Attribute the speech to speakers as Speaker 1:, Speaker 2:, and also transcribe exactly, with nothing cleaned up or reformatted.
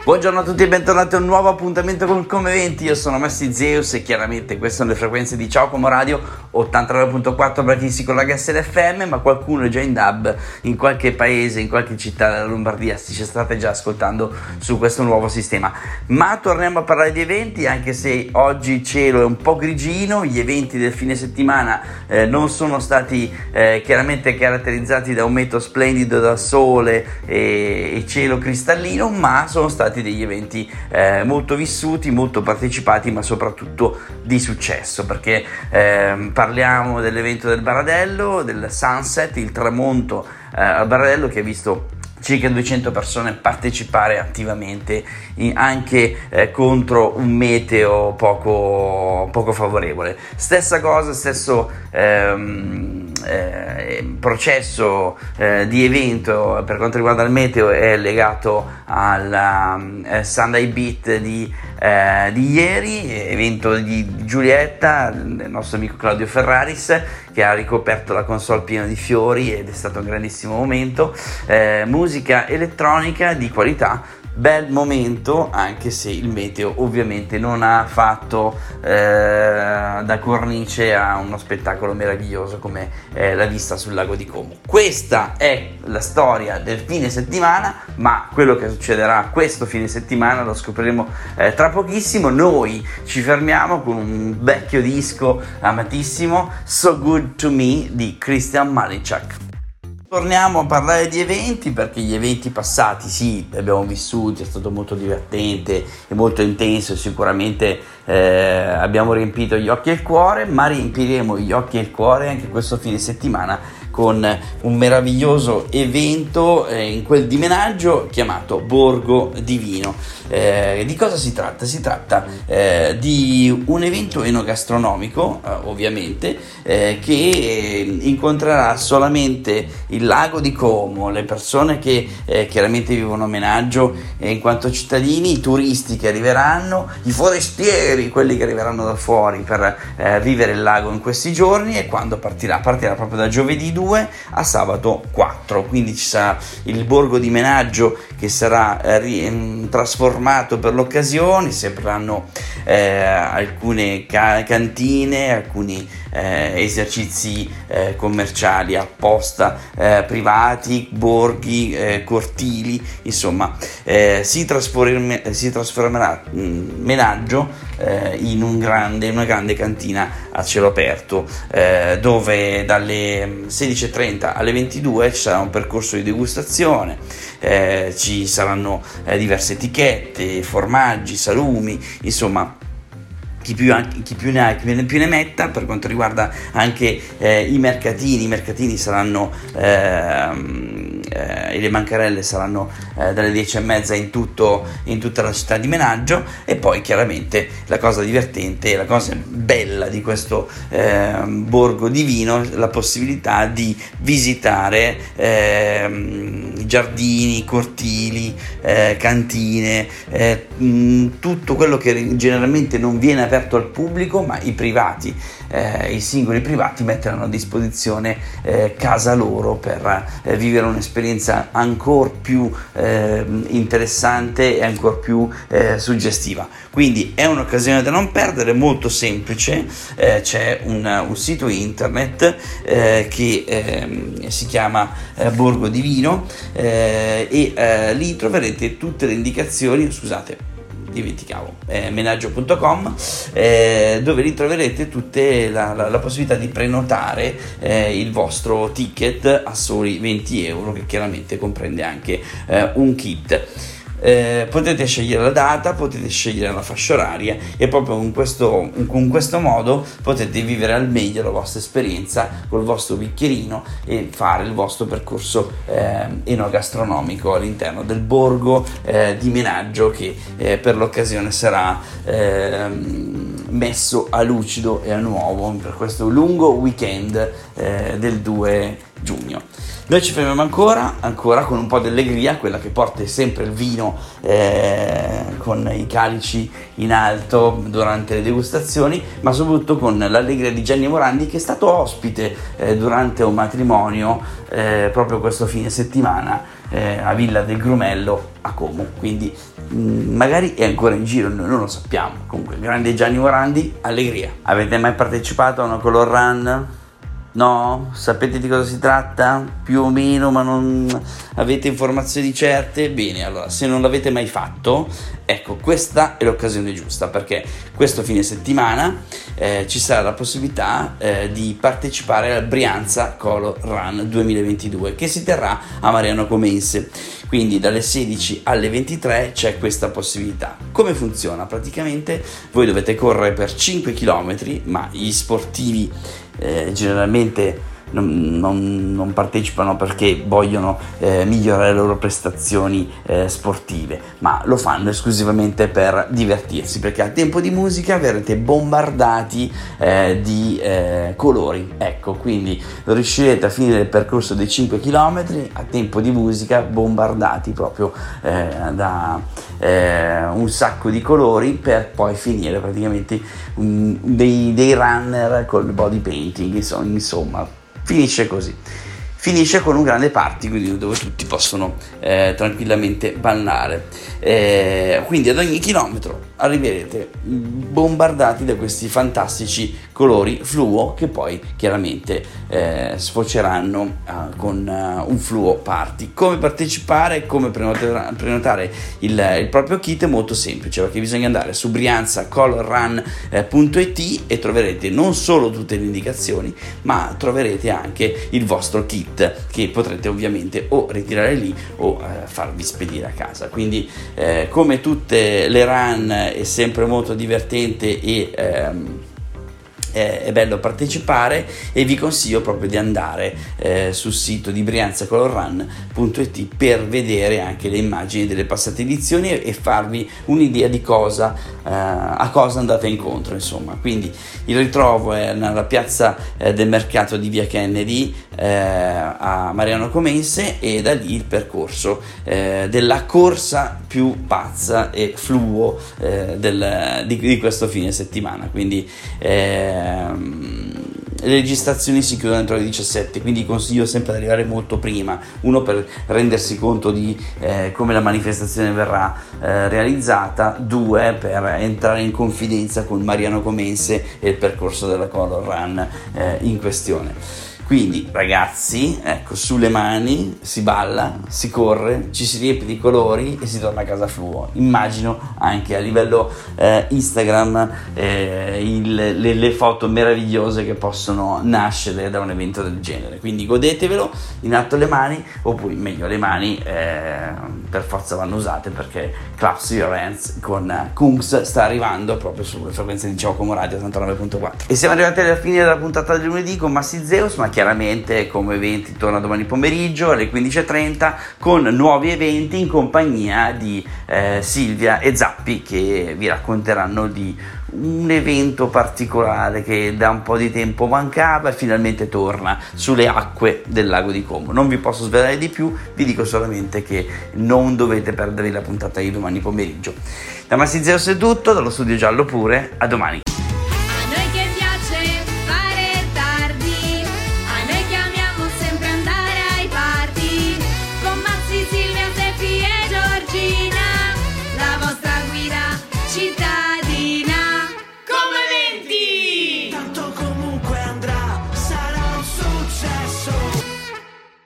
Speaker 1: Buongiorno a tutti e bentornati a un nuovo appuntamento con Come Eventi. Io sono Messi Zeus e chiaramente queste sono le frequenze di Ciao Como Radio ottantanove virgola quattro Bratislava con la G S L F M, ma qualcuno è già in D A B in qualche paese, in qualche città della Lombardia, si ci state già ascoltando su questo nuovo sistema. Ma torniamo a parlare di eventi, anche se oggi il cielo è un po' grigino. Gli eventi del fine settimana eh, non sono stati eh, chiaramente caratterizzati da un meteo splendido, da sole e, e cielo cristallino, ma sono stati degli eventi eh, molto vissuti, molto partecipati, ma soprattutto di successo, perché eh, parliamo dell'evento del Baradello, del Sunset, il tramonto eh, al Baradello, che ha visto circa duecento persone partecipare attivamente in, anche eh, contro un meteo poco, poco favorevole. Stessa cosa, stesso ehm, eh, processo eh, di evento per quanto riguarda il meteo è legato al eh, Sunday Beat di, eh, di ieri, evento di Giulietta, del nostro amico Claudio Ferraris, che ha ricoperto la console piena di fiori ed è stato un grandissimo momento. Eh, musica elettronica di qualità, bel momento, anche se il meteo ovviamente non ha fatto eh, da cornice a uno spettacolo meraviglioso come eh, la vista sul lago di Como. Questa è la storia del fine settimana, ma quello che succederà questo fine settimana lo scopriremo eh, tra pochissimo. Noi ci fermiamo con un vecchio disco amatissimo, So Good To Me di Christian Malichak. Torniamo a parlare di eventi, perché gli eventi passati sì, li abbiamo vissuti, è stato molto divertente e molto intenso, sicuramente eh, abbiamo riempito gli occhi e il cuore, ma riempiremo gli occhi e il cuore anche questo fine settimana con un meraviglioso evento eh, in quel di Menaggio chiamato Borgo di Vino. Eh, di cosa si tratta? Si tratta eh, di un evento enogastronomico, eh, ovviamente, eh, che incontrerà solamente il lago di Como, le persone che eh, chiaramente vivono a Menaggio eh, in quanto cittadini, i turisti che arriveranno, i forestieri, quelli che arriveranno da fuori per eh, vivere il lago in questi giorni. E quando partirà? Partirà proprio da giovedì due a sabato quattro, quindi ci sarà il Borgo di Menaggio che sarà eh, ri- trasformato per l'occasione. Si apriranno eh, alcune ca- cantine, alcuni eh, esercizi eh, commerciali apposta eh, privati, borghi, eh, cortili, insomma eh, si, trasform- si trasformerà mh, Menaggio eh, in un grande, una grande cantina a cielo aperto eh, dove dalle sedici e trenta alle ventidue ci sarà un percorso di degustazione, eh, ci saranno eh, diverse etichette, formaggi, salumi, insomma chi più, chi più ne ha chi più ne metta. Per quanto riguarda anche eh, i mercatini, i mercatini saranno ehm, eh, le bancarelle saranno eh, dalle dieci e mezza in, tutto, in tutta la città di Menaggio. E poi chiaramente la cosa divertente, la cosa bella di questo eh, Borgo di Vino, la possibilità di visitare eh, giardini, cortili, eh, cantine, eh, mh, tutto quello che generalmente non viene aperto al pubblico, ma i privati, eh, i singoli privati metteranno a disposizione eh, casa loro per eh, vivere un'esperienza ancora più eh, interessante e ancora più eh, suggestiva. Quindi è un'occasione da non perdere, molto semplice. Eh, c'è un, un sito internet eh, che eh, si chiama eh, Borgo di Vino eh, e eh, lì troverete tutte le indicazioni, scusate dimenticavo, eh, menaggio punto com, eh, dove ritroverete tutte la, la, la possibilità di prenotare eh, il vostro ticket a soli venti euro, che chiaramente comprende anche eh, un kit. Eh, potete scegliere la data, potete scegliere la fascia oraria e proprio in questo, con questo modo potete vivere al meglio la vostra esperienza col vostro bicchierino e fare il vostro percorso eh, enogastronomico all'interno del Borgo eh, di Menaggio, che eh, per l'occasione sarà eh, messo a lucido e a nuovo per questo lungo weekend eh, del due giugno. Noi ci fermiamo ancora, ancora con un po' di allegria, quella che porta sempre il vino eh, con i calici in alto durante le degustazioni, ma soprattutto con l'allegria di Gianni Morandi, che è stato ospite eh, durante un matrimonio eh, proprio questo fine settimana eh, a Villa del Grumello a Como. Quindi mh, magari è ancora in giro, noi non lo sappiamo. Comunque, grande Gianni Morandi, allegria. Avete mai partecipato a una color run? No? Sapete di cosa si tratta? Più o meno, ma non avete informazioni certe? Bene, allora, se non l'avete mai fatto, ecco, questa è l'occasione giusta, perché questo fine settimana eh, ci sarà la possibilità eh, di partecipare al Brianza Color Run duemilaventidue, che si terrà a Mariano Comense. Quindi dalle sedici alle ventitré c'è questa possibilità. Come funziona? Praticamente voi dovete correre per cinque chilometri, ma gli sportivi eh, generalmente non, non, non partecipano perché vogliono eh, migliorare le loro prestazioni eh, sportive, ma lo fanno esclusivamente per divertirsi, perché a tempo di musica verrete bombardati eh, di eh, colori. Ecco, quindi riuscirete a finire il percorso dei cinque chilometri a tempo di musica, bombardati proprio eh, da eh, un sacco di colori, per poi finire praticamente um, dei, dei runner col body painting, insomma, insomma finisce così, finisce con un grande party, quindi dove tutti possono eh, tranquillamente ballare, eh, quindi ad ogni chilometro arriverete bombardati da questi fantastici colori fluo, che poi chiaramente eh, sfoceranno uh, con uh, un fluo party. Come partecipare, come prenotare, prenotare il, il proprio kit è molto semplice, perché bisogna andare su brianza color run punto it e troverete non solo tutte le indicazioni, ma troverete anche il vostro kit, che potrete ovviamente o ritirare lì o eh, farvi spedire a casa. Quindi eh, come tutte le run è sempre molto divertente e ehm, è bello partecipare, e vi consiglio proprio di andare eh, sul sito di brianza color run punto it per vedere anche le immagini delle passate edizioni e farvi un'idea di cosa eh, a cosa andate incontro, insomma. Quindi il ritrovo è nella piazza eh, del mercato di via Kennedy eh, a Mariano Comense, e da lì il percorso eh, della corsa più pazza e fluo eh, del, di, di questo fine settimana. Quindi eh, le registrazioni si chiudono entro le diciassette, quindi consiglio sempre di arrivare molto prima, uno per rendersi conto di eh, come la manifestazione verrà eh, realizzata, due per entrare in confidenza con Mariano Comense e il percorso della Color Run eh, in questione. Quindi ragazzi, ecco, sulle mani si balla, si corre, ci si riempie di colori e si torna a casa fluo. Immagino anche a livello eh, Instagram eh, il, le, le foto meravigliose che possono nascere da un evento del genere. Quindi godetevelo, in alto le mani, oppure meglio le mani eh, per forza vanno usate, perché Claps Your Hands con Kungs sta arrivando proprio sulle frequenze di Ciao Como Radio ottantanove virgola quattro. E siamo arrivati alla fine della puntata del lunedì con Massi Zeus, ma chiaramente come eventi torna domani pomeriggio alle quindici e trenta con nuovi eventi in compagnia di eh, Silvia e Zappi, che vi racconteranno di un evento particolare che da un po' di tempo mancava e finalmente torna sulle acque del lago di Como. Non vi posso svelare di più, vi dico solamente che non dovete perdere la puntata di domani pomeriggio. Da Massi Zeus è tutto, dallo studio giallo pure, a domani.